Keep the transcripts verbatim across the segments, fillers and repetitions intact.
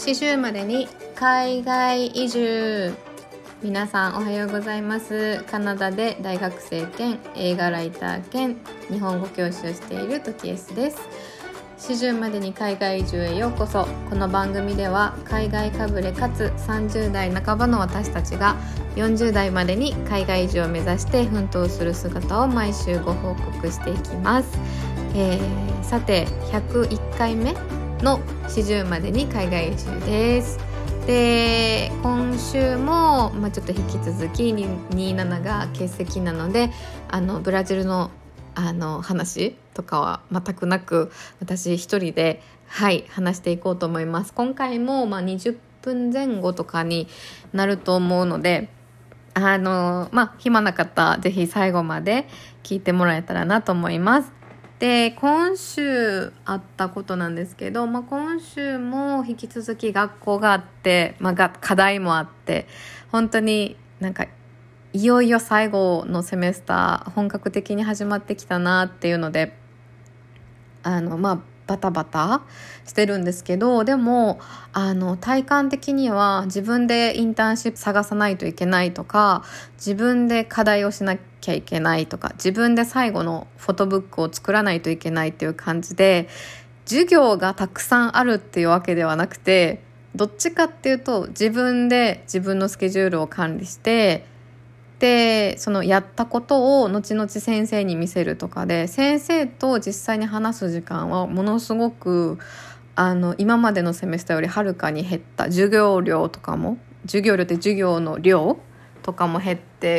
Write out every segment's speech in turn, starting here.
四十までに海外移住。皆さんおはようございます。カナダで大学生兼映画ライター兼日本語教師をしているトキエスです。四十までに海外移住へようこそ。この番組では海外かぶれかつさんじゅう代半ばの私たちがよんじゅう代までに海外移住を目指して奮闘する姿を毎週ご報告していきます。えー、さてひゃくいっかいめの四十までに海外移住です。で今週も、まあ、ちょっと引き続きにじゅうななが欠席なので、あのブラジルのあの話とかは全くなく、私一人で、はい、話していこうと思います。今回も、まあ、にじゅっぷんぜん後とかになると思うので、あの、まあ、暇な方ぜひ最後まで聞いてもらえたらなと思います。で今週あったことなんですけど、まあ、今週も引き続き学校があって、まあ、が課題もあって、本当になんかいよいよ最後のセメスター本格的に始まってきたなっていうので、あのまあバタバタしてるんですけど、でもあの体感的には自分でインターンシップ探さないといけないとか、自分で課題をしなきゃいけないとか、自分で最後のフォトブックを作らないといけないっていう感じで、授業がたくさんあるっていうわけではなくて、どっちかっていうと自分で自分のスケジュールを管理して、でそのやったことを後々先生に見せるとかで、先生と実際に話す時間はものすごくあの今までのセメスターよりはるかに減った。授業料とかも、授業料って授業の量とかも減って、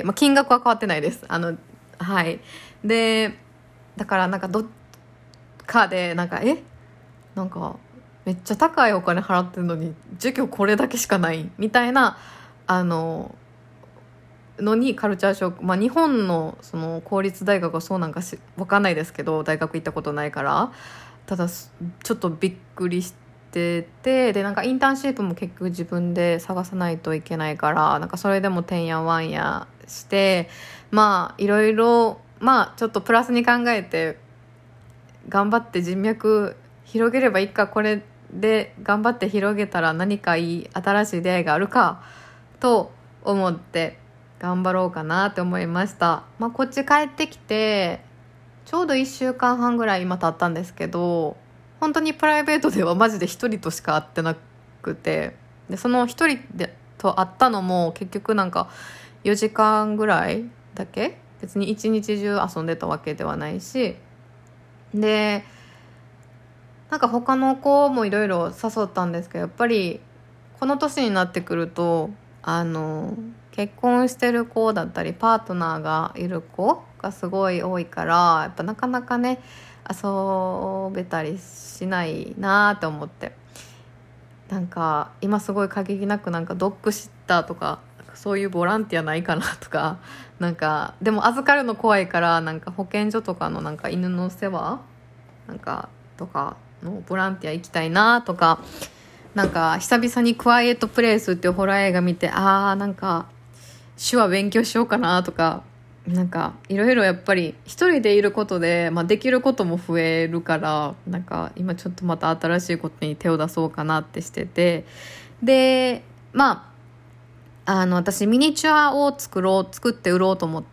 まあ、金額は変わってないです。あのはいでだからなんかどっかでなんかえなんかめっちゃ高いお金払ってるのに授業これだけしかないみたいなあののにカルチャーショック、まあ、日本のその公立大学はそうなんかし分かんないですけど、大学行ったことないから、ただちょっとびっくりしてて、でなんかインターンシップも結局自分で探さないといけないから、なんかそれでもてんやわんやして、まあいろいろまあちょっとプラスに考えて頑張って人脈広げればいいか、これで頑張って広げたら何かいい新しい出会いがあるかと思って頑張ろうかなって思いました。まあ、こっち帰ってきてちょうどいっしゅうかんはんぐらい今経ったんですけど、本当にプライベートではマジで一人としか会ってなくて、でその一人でと会ったのも結局なんかよじかんぐらいだけ、別に一日中遊んでたわけではないし、でなんか他の子もいろいろ誘ったんですけど、やっぱりこの年になってくるとあの結婚してる子だったりパートナーがいる子がすごい多いから、やっぱなかなかね遊べたりしないなって思って、なんか今すごい限りなくなんかドッグシッターとかそういうボランティアないかなとか、なんかでも預かるの怖いから、なんか保健所とかのなんか犬の世話なんかとかのボランティア行きたいなとか、なんか久々にクワイエットプレイスっていうホラー映画見て、あーなんか手話勉強しようかなとか、なんかいろいろやっぱり一人でいることで、まあ、できることも増えるから、なんか今ちょっとまた新しいことに手を出そうかなってしてて、でまああの私ミニチュアを作ろう作って売ろうと思って、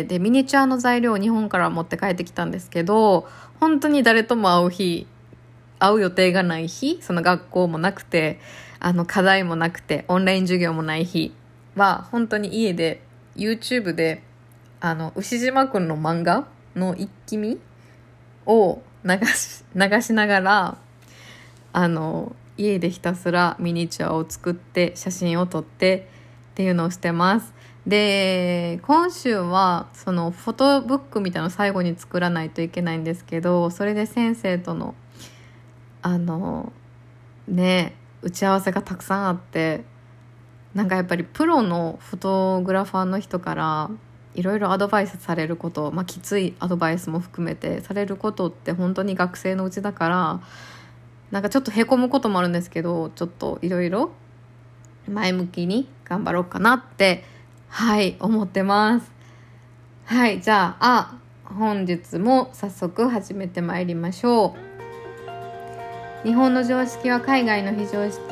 でミニチュアの材料を日本から持って帰ってきたんですけど、本当に誰とも会う日会う予定がない日、その学校もなくてあの課題もなくてオンライン授業もない日は本当に家で YouTube であの牛島くんの漫画の一気見を流し、流しながらあの家でひたすらミニチュアを作って写真を撮ってっていうのをしてます。で今週はそのフォトブックみたいなのを最後に作らないといけないんですけど、それで先生とのあのね打ち合わせがたくさんあって、なんかやっぱりプロのフォトグラファーの人からいろいろアドバイスされること、まあ、きついアドバイスも含めてされることって本当に学生のうちだから、なんかちょっとへこむこともあるんですけど、ちょっといろいろ前向きに頑張ろうかなってはい思ってます。はい、じゃあ本日も早速始めてまいりましょう。日本の常識は海外の非常識。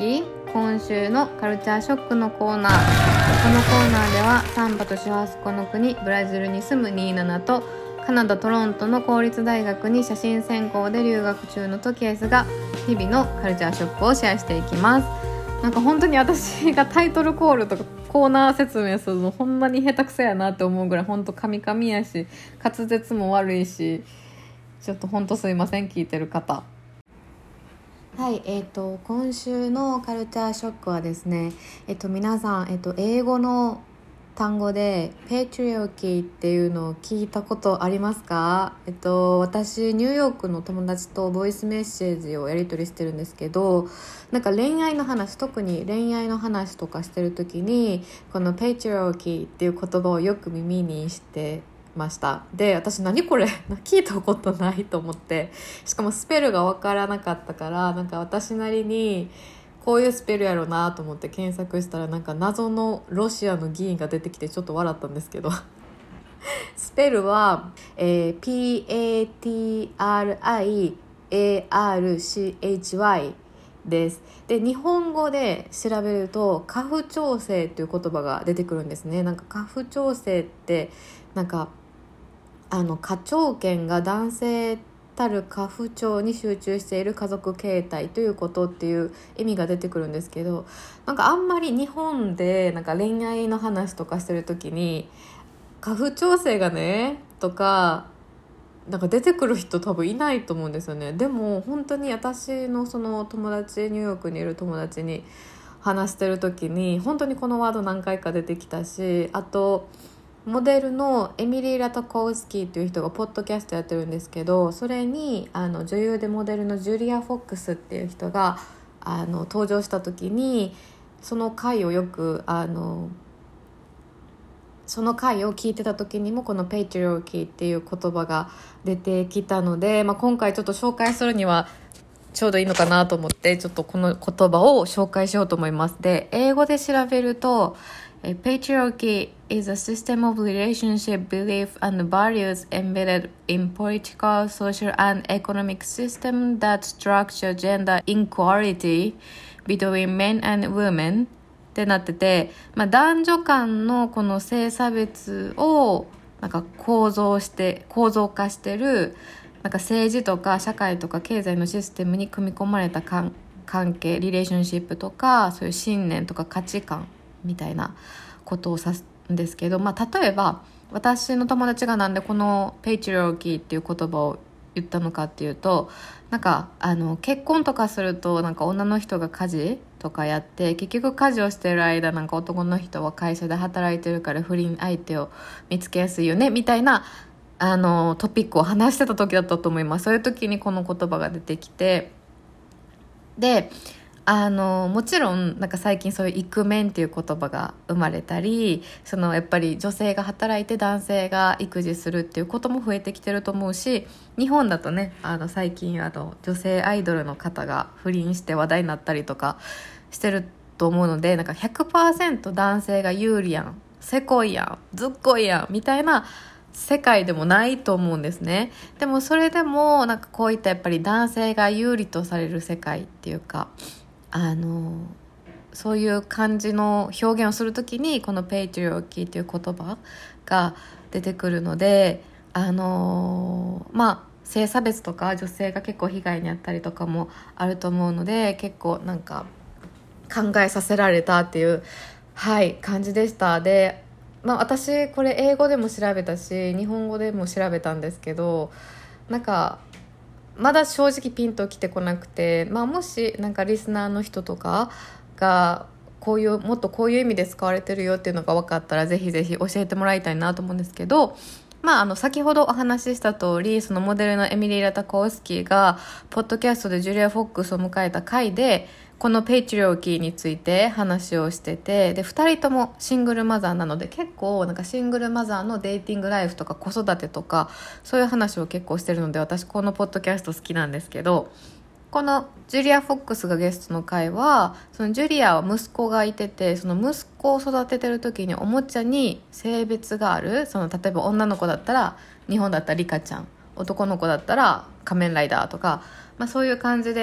今週のカルチャーショックのコーナー。このコーナーではサンバとシュハスコの国ブラジルに住むニーナナとカナダトロントの公立大学に写真専攻で留学中のトキエスが日々のカルチャーショックをシェアしていきます。なんか本当に私がタイトルコールとかコーナー説明するのほんまに下手くそやなって思うぐらい本当カミカミやし滑舌も悪いし、ちょっと本当すいません聞いてる方。はい、えーと今週のカルチャーショックはですね、えっ、ー、と皆さん、えっ、ー、と英語の単語でペトリオキーっていうのを聞いたことありますか？えっと私ニューヨークの友達とボイスメッセージをやり取りしてるんですけど、なんか恋愛の話、特に恋愛の話とかしてる時にこのペトリオキーっていう言葉をよく耳にしてました。で、私何これ聞いたことないと思って、しかもスペルが分からなかったから、なんか私なりにこういうスペルやろうなと思って検索したら、なんか謎のロシアの議員が出てきてちょっと笑ったんですけどスペルは、えー、ピー エー ティー アール アイ エー アール シー エイチ ワイ です。で、日本語で調べると家父長制という言葉が出てくるんですね。なんか家父長制ってなんかあの家長権が男性たる家父長に集中している家族形態ということっていう意味が出てくるんですけど、なんかあんまり日本でなんか恋愛の話とかしてる時に家父長制がねとかなんか出てくる人多分いないと思うんですよね。でも本当に私のその友達、ニューヨークにいる友達に話してる時に本当にこのワード何回か出てきたし、あとモデルのエミリー・ラタコウスキーという人がポッドキャストやってるんですけど、それにあの女優でモデルのジュリア・フォックスっていう人があの登場した時に、その回をよくあのその回を聞いてた時にもこのペイトリオキーっていう言葉が出てきたので、まあ、今回ちょっと紹介するにはちょうどいいのかなと思ってちょっとこの言葉を紹介しようと思います。で、英語で調べるとPatriarchy is a system of relationship, belief, and values embedded in political, social, and economic system that structure gender inequality between men and women ってなってて、まあ、男女間のこの性差別をなんか構造して構造化してるなんか政治とか社会とか経済のシステムに組み込まれた関係、リレーションシップとかそういう信念とか価値観みたいなことを指すんですけど、まあ、例えば私の友達がなんでこのペイトリオキーっていう言葉を言ったのかっていうと、なんかあの結婚とかするとなんか女の人が家事とかやって結局家事をしてる間なんか男の人は会社で働いてるから不倫相手を見つけやすいよねみたいなあのトピックを話してた時だったと思います。そういう時にこの言葉が出てきて、であのもちろんなんか最近そういうイクメンっていう言葉が生まれたり、そのやっぱり女性が働いて男性が育児するっていうことも増えてきてると思うし、日本だとねあの最近あの女性アイドルの方が不倫して話題になったりとかしてると思うので、なんか ひゃくパーセント 男性が有利やん、せこいやん、ずっこいやんみたいな世界でもないと思うんですね。でもそれでもなんかこういったやっぱり男性が有利とされる世界っていうか、あのそういう感じの表現をするときにこのペイトリオキーという言葉が出てくるので、あのまあ性差別とか女性が結構被害に遭ったりとかもあると思うので、結構なんか考えさせられたっていうはい感じでした。で、まあ、私これ英語でも調べたし日本語でも調べたんですけど、なんかまだ正直ピンときてこなくて、まあ、もしなんかリスナーの人とかがこういうもっとこういう意味で使われてるよっていうのが分かったらぜひぜひ教えてもらいたいなと思うんですけど、まあ、あの先ほどお話しした通り、そのモデルのエミリー・ラタコウスキーがポッドキャストでジュリア・フォックスを迎えた回でこのペイトリオキーについて話をしてて、でふたりともシングルマザーなので結構なんかシングルマザーのデーティングライフとか子育てとかそういう話を結構してるので、私このポッドキャスト好きなんですけど、このジュリア・フォックスがゲストの回はそのジュリアは息子がいてて、その息子を育ててる時におもちゃに性別がある、その例えば女の子だったら日本だったらリカちゃん、男の子だったら仮面ライダーとか、まあ、そういう感じで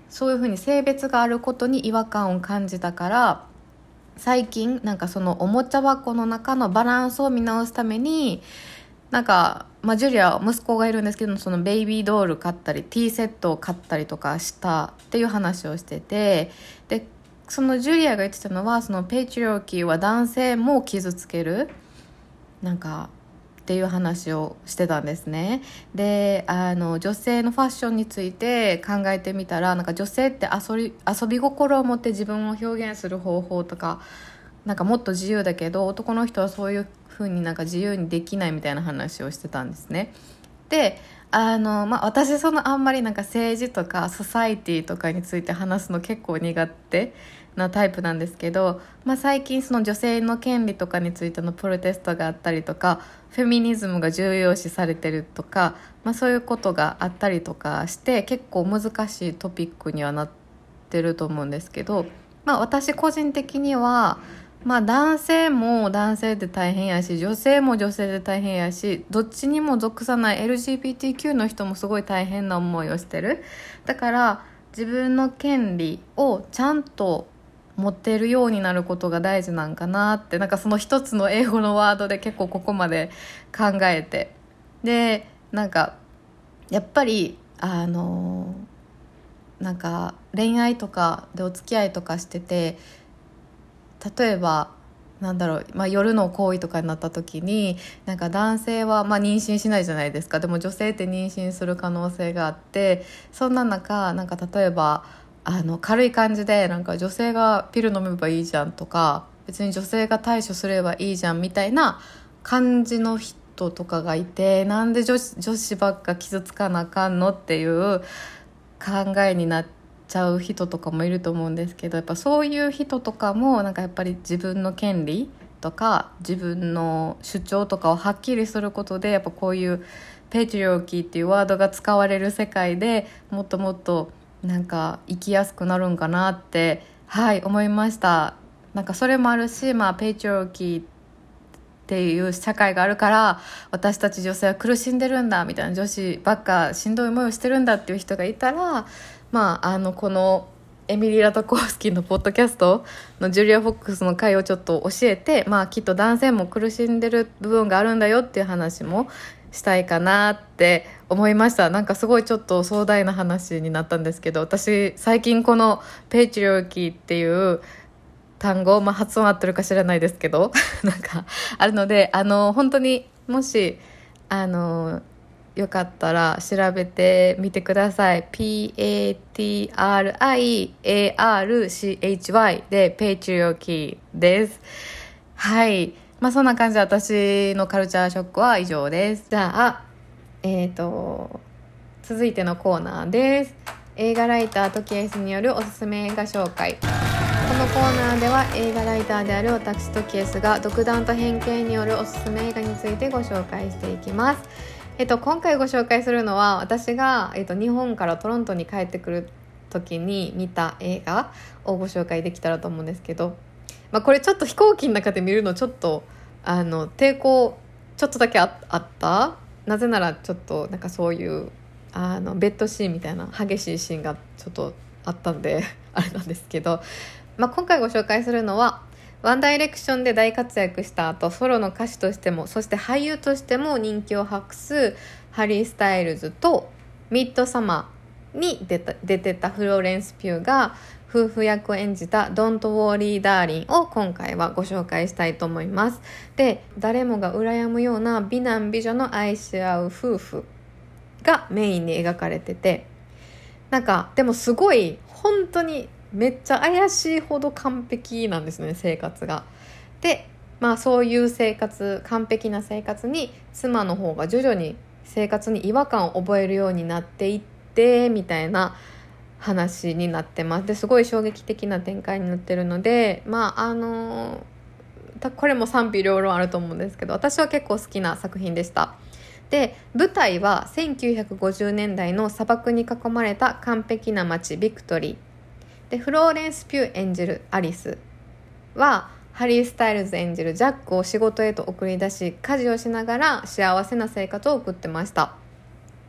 そういうふうに性別があることに違和感を感じたから、最近なんかそのおもちゃ箱の中のバランスを見直すために、なんか、まあ、ジュリア息子がいるんですけど、そのベイビードール買ったりティーセットを買ったりとかしたっていう話をしてて、でそのジュリアが言ってたのは、そのペイチリオキーは男性も傷つけるなんかっていう話をしてたんですね。で、あの女性のファッションについて考えてみたら、なんか女性って遊び、遊び心を持って自分を表現する方法とか、なんかもっと自由だけど、男の人はそういう風になんか自由にできないみたいな話をしてたんですね。で、あの、まあ、私そのあんまりなんか政治とかソサイティとかについて話すの結構苦手なタイプなんですけど、まあ、最近その女性の権利とかについてのプロテストがあったりとか、フェミニズムが重要視されてるとか、まあ、そういうことがあったりとかして結構難しいトピックにはなってると思うんですけど、まあ、私個人的には、まあ、男性も男性で大変やし、女性も女性で大変やし、どっちにも属さない エルジービーティーキュー の人もすごい大変な思いをしてる。だから自分の権利をちゃんと持ってるようになることが大事なんかなって、なんかその一つの英語のワードで結構ここまで考えて、でなんかやっぱりあのなんか恋愛とかでお付き合いとかしてて、例えばなんだろう、まあ、夜の行為とかになった時に、なんか男性はまあ妊娠しないじゃないですか。でも女性って妊娠する可能性があって、そんな中なんか例えばあの軽い感じで、なんか女性がピル飲めばいいじゃんとか、別に女性が対処すればいいじゃんみたいな感じの人とかがいて、なんで女子、女子ばっか傷つかなあかんのっていう考えになってちゃう人とかもいると思うんですけど、やっぱそういう人とかもなんかやっぱり自分の権利とか自分の主張とかをはっきりすることで、やっぱこういうペトリオキーっていうワードが使われる世界でもっともっとなんか生きやすくなるんかなってはい思いました。なんかそれもあるし、まあペトリオキーっていう社会があるから私たち女性は苦しんでるんだみたいな、女子ばっかしんどい思いをしてるんだっていう人がいたら、まあ、あのこのエミリー・ラタコフスキーのポッドキャストのジュリア・フォックスの回をちょっと教えて、まあ、きっと男性も苦しんでる部分があるんだよっていう話もしたいかなって思いました。なんかすごいちょっと壮大な話になったんですけど、私最近このペトリオキーっていう単語、まあ、発音合ってるか知らないですけどなんかあるので、あの本当にもしあのよかったら調べてみてください。 ピー エー ティー アール アイ エー アール シー エイチ ワイ でペトリオキーです。はい、まあそんな感じで私のカルチャーショックは以上です。じゃあえーと続いてのコーナーです。映画ライタートキエスによるおすすめ映画紹介。このコーナーでは映画ライターである私トキエスが独断と偏見によるおすすめ映画についてご紹介していきます。えっと、今回ご紹介するのは私が、えっと、日本からトロントに帰ってくる時に見た映画をご紹介できたらと思うんですけど、まあ、これちょっと飛行機の中で見るのちょっとあの抵抗ちょっとだけ あ, あったなぜならちょっとなんかそういうあのベッドシーンみたいな激しいシーンがちょっとあったんであれなんですけど、まあ、今回ご紹介するのはワンダイレクションで大活躍した後、ソロの歌手としてもそして俳優としても人気を博すハリー・スタイルズとミッドサマーに出た出てたフローレンス・ピューが夫婦役を演じた Don't Worry Darling を今回はご紹介したいと思います。で、誰もが羨むような美男美女の愛し合う夫婦がメインに描かれてて、なんかでもすごい本当にめっちゃ怪しいほど完璧なんですね、生活が。で、まあそういう生活、完璧な生活に妻の方が徐々に生活に違和感を覚えるようになっていってみたいな話になってます。ですごい衝撃的な展開になってるので、まああのこれも賛否両論あると思うんですけど、私は結構好きな作品でした。で、舞台はせんきゅうひゃくごじゅうねんだいの砂漠に囲まれた完璧な街ビクトリーで、フローレンス・ピュー演じるアリスはハリー・スタイルズ演じるジャックを仕事へと送り出し、家事をしながら幸せな生活を送ってました。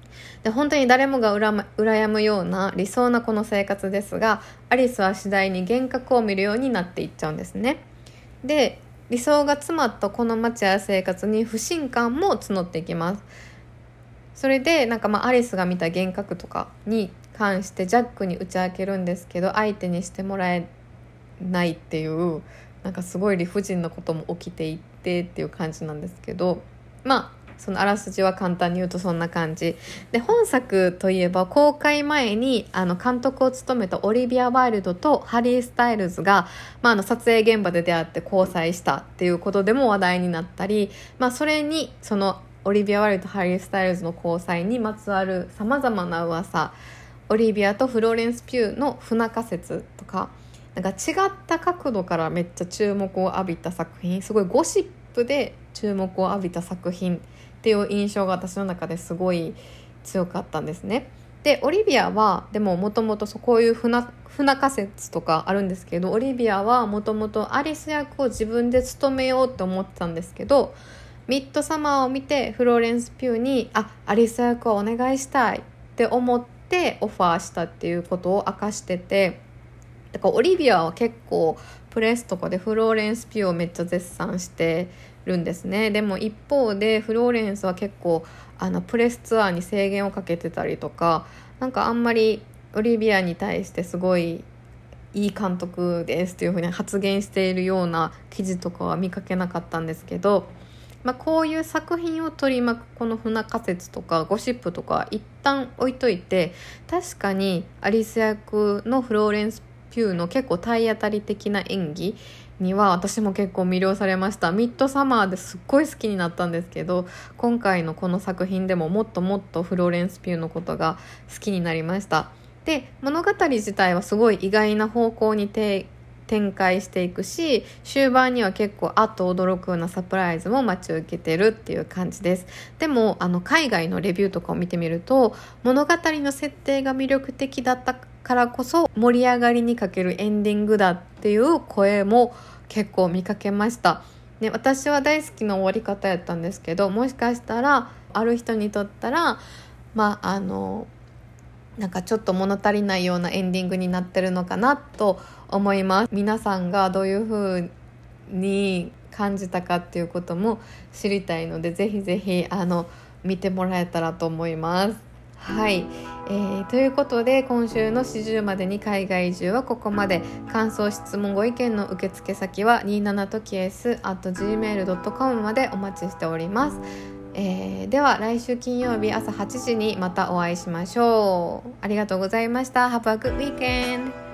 で本当に誰もがうらま羨むような理想なこの生活ですが、アリスは次第に幻覚を見るようになっていっちゃうんですね。で理想が詰まったこの街や生活に不信感も募っていきます。それでなんかまあアリスが見た幻覚とかに関してジャックに打ち明けるんですけど、相手にしてもらえないっていう、なんかすごい理不尽なことも起きていってっていう感じなんですけど、まあそのあらすじは簡単に言うとそんな感じで、本作といえば公開前にあの監督を務めたオリビア・ワイルドとハリー・スタイルズが、まあ、あの撮影現場で出会って交際したっていうことでも話題になったり、まあ、それにそのオリビア・ワイルドとハリー・スタイルズの交際にまつわるさまざまな噂、オリビアとフローレンス・ピューの不仲説とか、なんか違った角度からめっちゃ注目を浴びた作品、すごいゴシップで注目を浴びた作品っていう印象が私の中ですごい強かったんですね。でオリビアはでももともとこういう不仲説とかあるんですけど、オリビアはもともとアリス役を自分で務めようと思ってたんですけど、ミッドサマーを見てフローレンス・ピューにあアリス役をお願いしたいって思ってオファーしたっていうことを明かしてて、だからオリビアは結構プレスとかでフローレンス・ピューをめっちゃ絶賛してるんですね。でも一方でフローレンスは結構あのプレスツアーに制限をかけてたりとか、なんかあんまりオリビアに対してすごいいい監督ですっていう風に発言しているような記事とかは見かけなかったんですけど、まあ、こういう作品を取り巻くこの不仲説とかゴシップとか一旦置いといて、確かにアリス役のフローレンス・ピューの結構体当たり的な演技には私も結構魅了されました。ミッドサマーですっごい好きになったんですけど、今回のこの作品でももっともっとフローレンス・ピューのことが好きになりました。で物語自体はすごい意外な方向にて展開していくし、終盤には結構あっと驚くようなサプライズも待ち受けてるっていう感じです。でもあの海外のレビューとかを見てみると、物語の設定が魅力的だったからこそ盛り上がりに欠けるエンディングだっていう声も結構見かけました。で私は大好きな終わり方やったんですけど、もしかしたらある人にとったらまああのなんかちょっと物足りないようなエンディングになってるのかなと思います。皆さんがどういう風に感じたかっていうことも知りたいので、ぜひぜひあの見てもらえたらと思います。はい、えー、ということで今週のしじゅうまでに海外移住はここまで。感想質問ご意見の受付先は にじゅうななトキエス アット ジーメール ドット コム までお待ちしております。えー、では来週金曜日朝はちじにまたお会いしましょう。ありがとうございました。Have a good weekend!